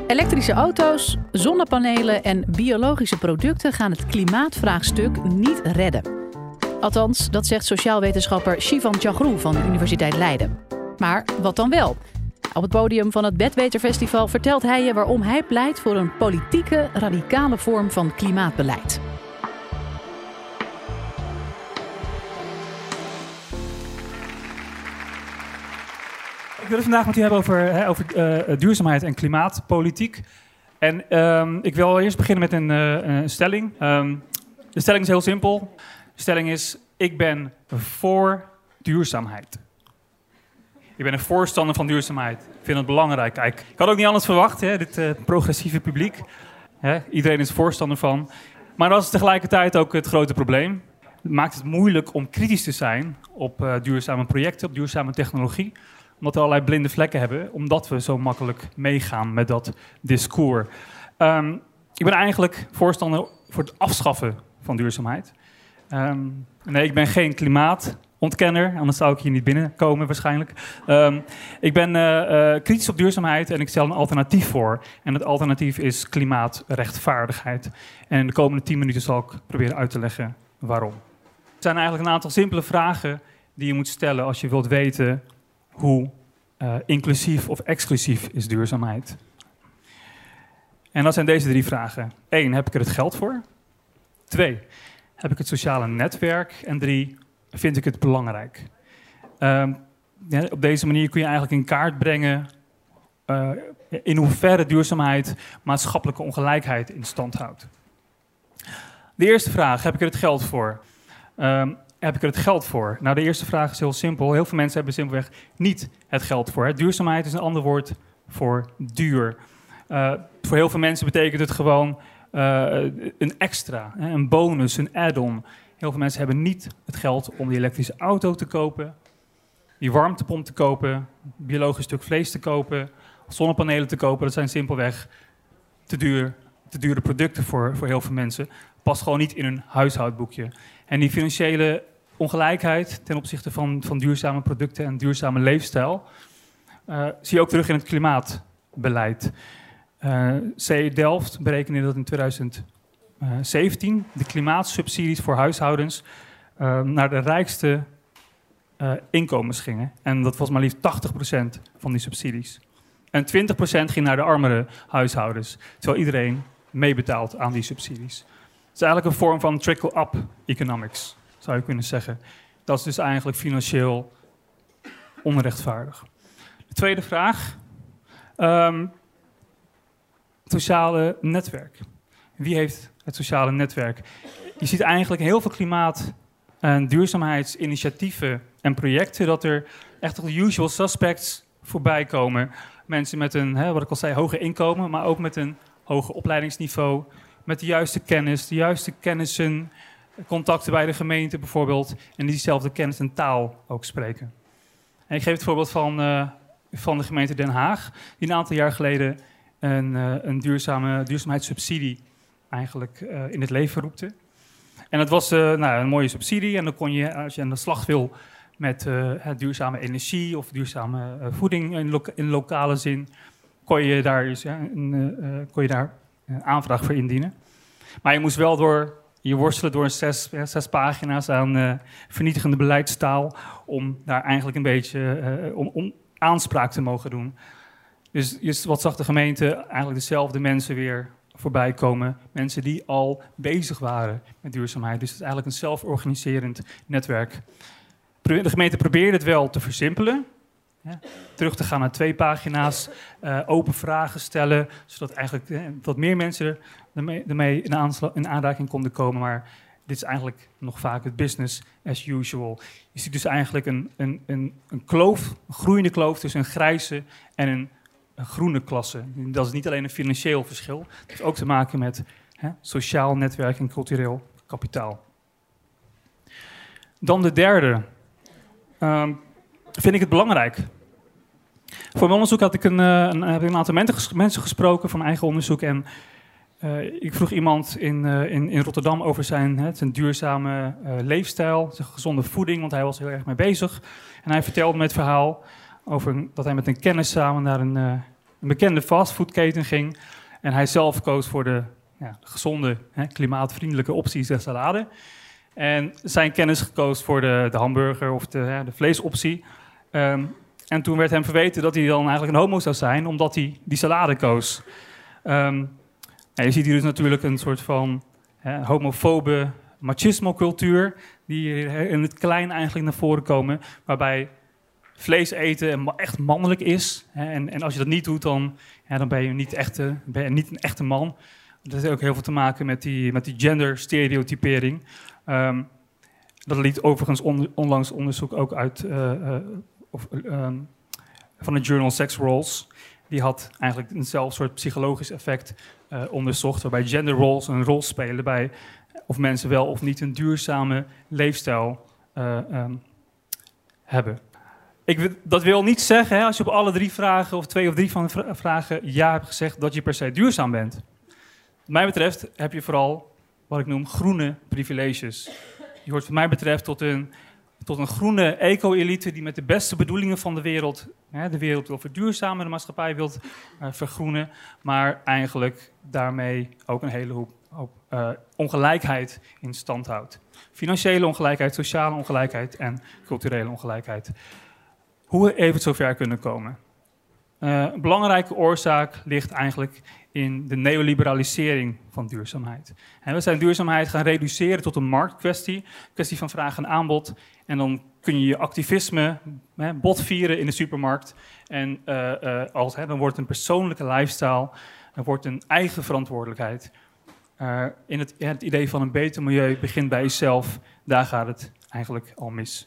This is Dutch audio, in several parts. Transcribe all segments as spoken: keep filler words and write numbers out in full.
Elektrische auto's, zonnepanelen en biologische producten gaan het klimaatvraagstuk niet redden. Althans, dat zegt sociaalwetenschapper Shivan Chagru van de Universiteit Leiden. Maar wat dan wel? Op het podium van het Bedweterfestival vertelt hij je waarom hij pleit voor een politieke, radicale vorm van klimaatbeleid. Ik wil het vandaag met u hebben over, hè, over uh, duurzaamheid en klimaatpolitiek. En um, ik wil eerst beginnen met een, uh, een stelling. Um, de stelling is heel simpel. De stelling is, ik ben voor duurzaamheid. Ik ben een voorstander van duurzaamheid. Ik vind het belangrijk. Kijk, ik had ook niet anders verwacht, hè, dit uh, progressieve publiek. Hè, iedereen is voorstander van. Maar dat is tegelijkertijd ook het grote probleem. Het maakt het moeilijk om kritisch te zijn op uh, duurzame projecten, op duurzame technologie. Omdat we allerlei blinde vlekken hebben, omdat we zo makkelijk meegaan met dat discours. Um, ik ben eigenlijk voorstander voor het afschaffen van duurzaamheid. Um, nee, ik ben geen klimaatontkenner, anders zou ik hier niet binnenkomen waarschijnlijk. Um, ik ben uh, uh, kritisch op duurzaamheid en ik stel een alternatief voor. En het alternatief is klimaatrechtvaardigheid. En in de komende tien minuten zal ik proberen uit te leggen waarom. Er zijn eigenlijk een aantal simpele vragen die je moet stellen als je wilt weten hoe uh, inclusief of exclusief is duurzaamheid. En dat zijn deze drie vragen. Eén, heb ik er het geld voor? Twee, heb ik het sociale netwerk? En drie, vind ik het belangrijk? Uh, ja, op deze manier kun je eigenlijk in kaart brengen uh, in hoeverre duurzaamheid maatschappelijke ongelijkheid in stand houdt. De eerste vraag, heb ik er het geld voor? Um, Heb ik er het geld voor? Nou, de eerste vraag is heel simpel. Heel veel mensen hebben simpelweg niet het geld voor. Duurzaamheid is een ander woord voor duur. Uh, voor heel veel mensen betekent het gewoon uh, een extra, een bonus, een add-on. Heel veel mensen hebben niet het geld om die elektrische auto te kopen, die warmtepomp te kopen, biologisch stuk vlees te kopen, zonnepanelen te kopen. Dat zijn simpelweg te duur, te dure producten voor, voor heel veel mensen. Past gewoon niet in hun huishoudboekje. En die financiële ongelijkheid ten opzichte van, van duurzame producten en duurzame leefstijl uh, zie je ook terug in het klimaatbeleid. Uh, C E Delft berekende dat in twintig zeventien de klimaatsubsidies voor huishoudens uh, naar de rijkste uh, inkomens gingen. En dat was maar liefst tachtig procent van die subsidies. En twintig procent ging naar de armere huishoudens, terwijl iedereen meebetaalt aan die subsidies. Het is eigenlijk een vorm van trickle-up economics, zou je kunnen zeggen. Dat is dus eigenlijk financieel onrechtvaardig. De tweede vraag. Um, het sociale netwerk. Wie heeft het sociale netwerk? Je ziet eigenlijk heel veel klimaat- en duurzaamheidsinitiatieven en projecten dat er echt de usual suspects voorbij komen. Mensen met een, hè, wat ik al zei, hoger inkomen, maar ook met een hoger opleidingsniveau, met de juiste kennis, de juiste kennissen, contacten bij de gemeente bijvoorbeeld, en die diezelfde kennis en taal ook spreken. En ik geef het voorbeeld van, uh, van de gemeente Den Haag, die een aantal jaar geleden een, uh, een duurzame, duurzaamheidssubsidie eigenlijk uh, in het leven roepte. En dat was uh, nou, een mooie subsidie en dan kon je, als je aan de slag wil met uh, duurzame energie of duurzame uh, voeding in, loka- in lokale zin, kon je daar, dus, ja, een, uh, kon je daar een aanvraag voor indienen. Maar je moest wel door, je worstelen door zes, ja, zes pagina's aan uh, vernietigende beleidstaal om daar eigenlijk een beetje uh, om, om aanspraak te mogen doen. Dus, dus wat zag de gemeente eigenlijk dezelfde mensen weer voorbij komen. Mensen die al bezig waren met duurzaamheid. Dus het is eigenlijk een zelforganiserend netwerk. De gemeente probeerde het wel te versimpelen. Ja, terug te gaan naar twee pagina's, uh, open vragen stellen, zodat eigenlijk eh, wat meer mensen ermee, ermee in, aansla, in aanraking konden komen. Maar dit is eigenlijk nog vaak het business as usual. Je ziet dus eigenlijk een, een, een, een kloof, een groeiende kloof tussen een grijze en een, een groene klasse. Dat is niet alleen een financieel verschil, het heeft ook te maken met hè, sociaal netwerk en cultureel kapitaal. Dan de derde. Um, Vind ik het belangrijk. Voor mijn onderzoek had ik een, een, heb ik een aantal mensen gesproken van eigen onderzoek. En uh, ik vroeg iemand in, uh, in, in Rotterdam over zijn, hè, zijn duurzame uh, leefstijl, zijn gezonde voeding, want hij was heel erg mee bezig. En hij vertelde me het verhaal over dat hij met een kennis samen naar een, uh, een bekende fastfoodketen ging. En hij zelf koos voor de ja, gezonde, hè, klimaatvriendelijke optie, de salade. En zijn kennis gekozen voor de, de hamburger of de, hè, de vleesoptie. Um, en toen werd hem verweten dat hij dan eigenlijk een homo zou zijn, omdat hij die salade koos. Um, nou, je ziet hier dus natuurlijk een soort van hè, homofobe machismo-cultuur, die in het klein eigenlijk naar voren komen, waarbij vlees eten echt mannelijk is. Hè, en, en als je dat niet doet, dan, ja, dan ben je niet, echte, ben je niet een echte man. Dat heeft ook heel veel te maken met die, met die genderstereotypering. Um, dat liet overigens on, onlangs onderzoek ook uit uh, uh, of, um, van het journal Sex Roles. Die had eigenlijk eenzelfde soort psychologisch effect uh, onderzocht, waarbij gender roles een rol spelen bij of mensen wel of niet een duurzame leefstijl uh, um, hebben. Ik, dat wil niet zeggen, hè, als je op alle drie vragen of twee of drie van de vragen ja hebt gezegd, dat je per se duurzaam bent. Wat mij betreft heb je vooral wat ik noem groene privileges. Je hoort wat mij betreft tot een, tot een groene eco-elite die met de beste bedoelingen van de wereld, hè, de wereld wil verduurzamen, de maatschappij wil uh, vergroenen, maar eigenlijk daarmee ook een hele hoop, hoop uh, ongelijkheid in stand houdt. Financiële ongelijkheid, sociale ongelijkheid en culturele ongelijkheid. Hoe heeft het zover kunnen komen? Uh, een belangrijke oorzaak ligt eigenlijk in de neoliberalisering van duurzaamheid. En we zijn duurzaamheid gaan reduceren tot een marktkwestie, kwestie van vraag en aanbod. En dan kun je je activisme hè, botvieren in de supermarkt. En uh, uh, als, hè, dan wordt het een persoonlijke lifestyle, dan wordt een eigen verantwoordelijkheid. Uh, in het, ja, het idee van een beter milieu begint bij jezelf, daar gaat het eigenlijk al mis.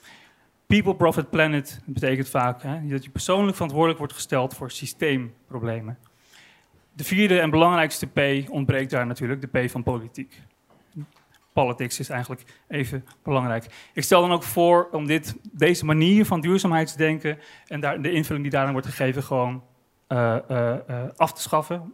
People, profit, planet betekent vaak hè, dat je persoonlijk verantwoordelijk wordt gesteld voor systeemproblemen. De vierde en belangrijkste P ontbreekt daar natuurlijk, de P van politiek. Politics is eigenlijk even belangrijk. Ik stel dan ook voor om dit, deze manier van duurzaamheidsdenken en daar, de invulling die daaraan wordt gegeven gewoon uh, uh, uh, af te schaffen.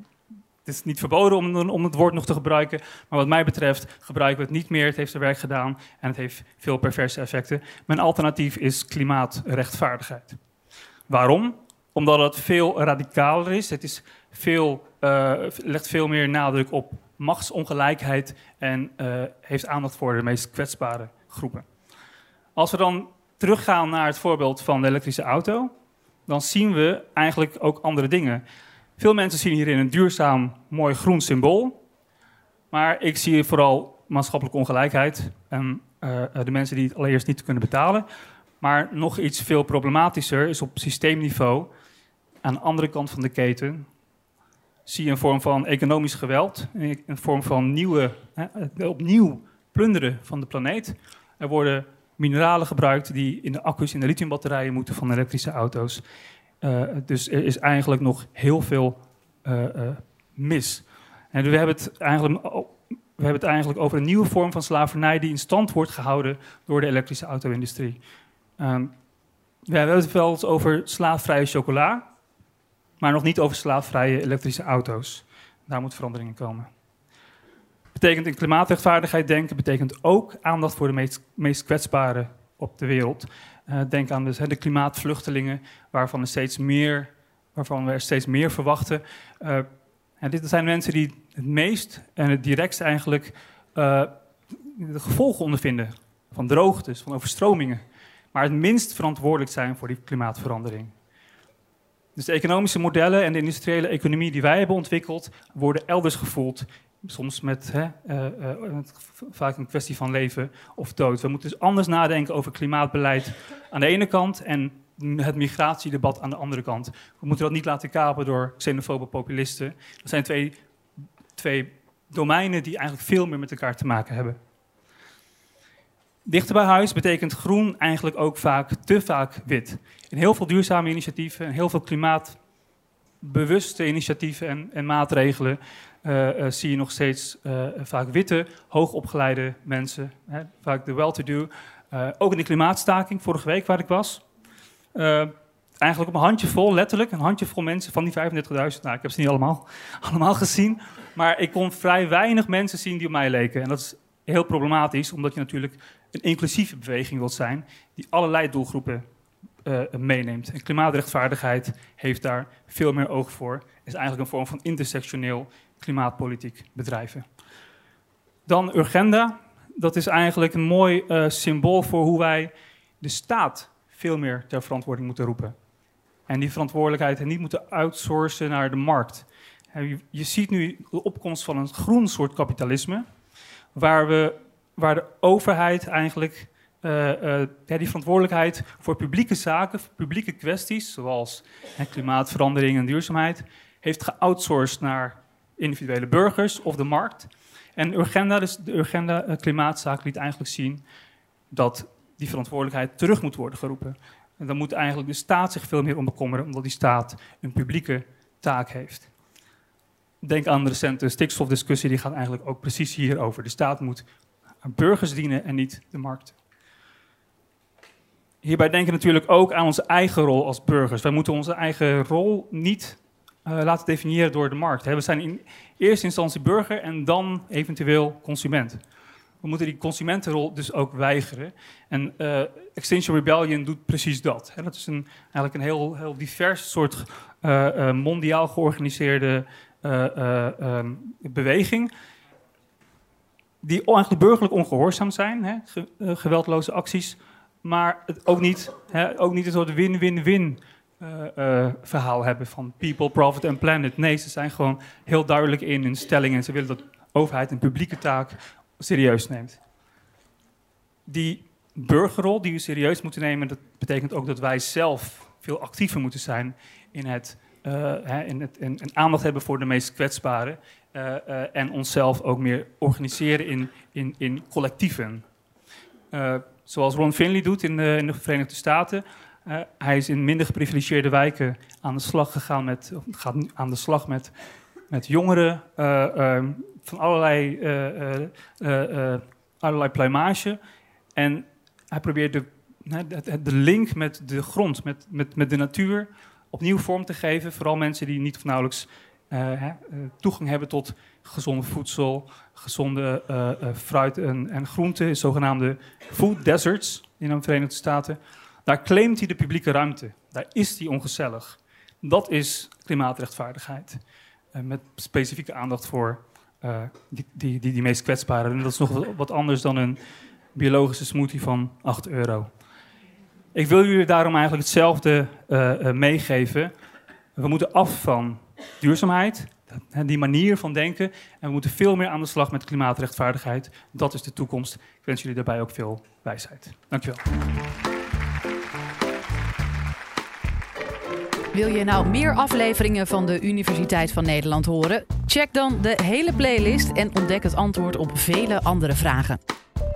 Het is niet verboden om, om het woord nog te gebruiken, maar wat mij betreft gebruiken we het niet meer. Het heeft zijn werk gedaan en het heeft veel perverse effecten. Mijn alternatief is klimaatrechtvaardigheid. Waarom? Omdat het veel radicaler is. Het is veel, uh, legt veel meer nadruk op machtsongelijkheid en uh, heeft aandacht voor de meest kwetsbare groepen. Als we dan teruggaan naar het voorbeeld van de elektrische auto, dan zien we eigenlijk ook andere dingen. Veel mensen zien hierin een duurzaam, mooi groen symbool. Maar ik zie vooral maatschappelijke ongelijkheid en uh, de mensen die het allereerst niet kunnen betalen. Maar nog iets veel problematischer is op systeemniveau. Aan de andere kant van de keten zie je een vorm van economisch geweld. Een vorm van nieuwe, hè, opnieuw plunderen van de planeet. Er worden mineralen gebruikt die in de accu's in de lithiumbatterijen moeten van elektrische auto's. Uh, dus er is eigenlijk nog heel veel uh, uh, mis. En we hebben, het eigenlijk, we hebben het eigenlijk over een nieuwe vorm van slavernij die in stand wordt gehouden door de elektrische auto-industrie. Um, we hebben het wel eens over slaafvrije chocola, maar nog niet over slaafvrije elektrische auto's. Daar moet verandering in komen. Betekent in klimaatrechtvaardigheid denken, betekent ook aandacht voor de meest, meest kwetsbaren op de wereld. Uh, denk aan dus, hè, de klimaatvluchtelingen, waarvan, er steeds meer, waarvan we er steeds meer verwachten. Uh, en dit zijn mensen die het meest en het directst eigenlijk uh, de gevolgen ondervinden van droogtes, van overstromingen, maar het minst verantwoordelijk zijn voor die klimaatverandering. Dus de economische modellen en de industriële economie die wij hebben ontwikkeld, worden elders gevoeld. Soms met hè, uh, uh, vaak een kwestie van leven of dood. We moeten dus anders nadenken over klimaatbeleid aan de ene kant en het migratiedebat aan de andere kant. We moeten dat niet laten kapen door xenofobe populisten. Dat zijn twee, twee domeinen die eigenlijk veel meer met elkaar te maken hebben. Dichter bij huis betekent groen eigenlijk ook vaak te vaak wit. In heel veel duurzame initiatieven, heel veel klimaatbewuste initiatieven en, en maatregelen Uh, uh, zie je nog steeds uh, vaak witte, hoogopgeleide mensen, hè, vaak de well-to-do. Uh, ook in de klimaatstaking, vorige week waar ik was. Uh, eigenlijk op een handjevol, letterlijk, een handjevol mensen van die vijfendertigduizend. Nou, ik heb ze niet allemaal, allemaal gezien, maar ik kon vrij weinig mensen zien die op mij leken. En dat is heel problematisch, omdat je natuurlijk een inclusieve beweging wilt zijn, die allerlei doelgroepen uh, meeneemt. En klimaatrechtvaardigheid heeft daar veel meer oog voor. Is eigenlijk een vorm van intersectioneel klimaatpolitiek bedrijven. Dan Urgenda. Dat is eigenlijk een mooi uh, symbool voor hoe wij de staat veel meer ter verantwoording moeten roepen. En die verantwoordelijkheid niet moeten outsourcen naar de markt. Je, je ziet nu de opkomst van een groen soort kapitalisme, waar, we, waar de overheid eigenlijk uh, uh, ja, die verantwoordelijkheid voor publieke zaken, voor publieke kwesties, zoals hè, klimaatverandering en duurzaamheid, heeft geoutsourced naar individuele burgers of de markt. En Urgenda, dus de Urgenda uh, klimaatzaak liet eigenlijk zien dat die verantwoordelijkheid terug moet worden geroepen. En dan moet eigenlijk de staat zich veel meer om bekommeren, omdat die staat een publieke taak heeft. Denk aan de recente stikstofdiscussie, die gaat eigenlijk ook precies hierover. De staat moet aan burgers dienen en niet de markt. Hierbij denken we natuurlijk ook aan onze eigen rol als burgers. Wij moeten onze eigen rol niet uh, laten definiëren door de markt. We zijn in eerste instantie burger en dan eventueel consument. We moeten die consumentenrol dus ook weigeren. En uh, Extinction Rebellion doet precies dat. Dat is een, eigenlijk een heel, heel divers soort uh, uh, mondiaal georganiseerde uh, uh, um, beweging. Die eigenlijk burgerlijk ongehoorzaam zijn. Hè? Ge, uh, geweldloze acties. Maar het ook niet, hè, ook niet een soort win-win-win uh, uh, verhaal hebben van people, profit en planet. Nee, ze zijn gewoon heel duidelijk in hun stelling. En ze willen dat de overheid een publieke taak serieus neemt. Die burgerrol die we serieus moeten nemen, dat betekent ook dat wij zelf veel actiever moeten zijn in het, uh, hè, in het in, in aandacht hebben voor de meest kwetsbaren uh, uh, en onszelf ook meer organiseren in, in, in collectieven. Uh, zoals Ron Finley doet in de, in de Verenigde Staten. Uh, hij is in minder geprivilegeerde wijken aan de slag gegaan met, of gaat aan de slag met, met jongeren. Uh, uh, van allerlei, uh, uh, uh, uh, allerlei pluimage. En hij probeert de, de link met de grond, met, met, met de natuur, opnieuw vorm te geven. Vooral mensen die niet of nauwelijks uh, toegang hebben tot gezonde voedsel, gezonde uh, uh, fruit en, en groenten, zogenaamde food deserts in de Verenigde Staten. Daar claimt hij de publieke ruimte. Daar is hij ongezellig. Dat is klimaatrechtvaardigheid. Uh, met specifieke aandacht voor Uh, die, die, die, die meest kwetsbare. En dat is nog wat anders dan een biologische smoothie van acht euro. Ik wil jullie daarom eigenlijk hetzelfde uh, uh, meegeven. We moeten af van duurzaamheid, die manier van denken. En we moeten veel meer aan de slag met klimaatrechtvaardigheid. Dat is de toekomst. Ik wens jullie daarbij ook veel wijsheid. Dankjewel. Wil je nou meer afleveringen van de Universiteit van Nederland horen? Check dan de hele playlist en ontdek het antwoord op vele andere vragen.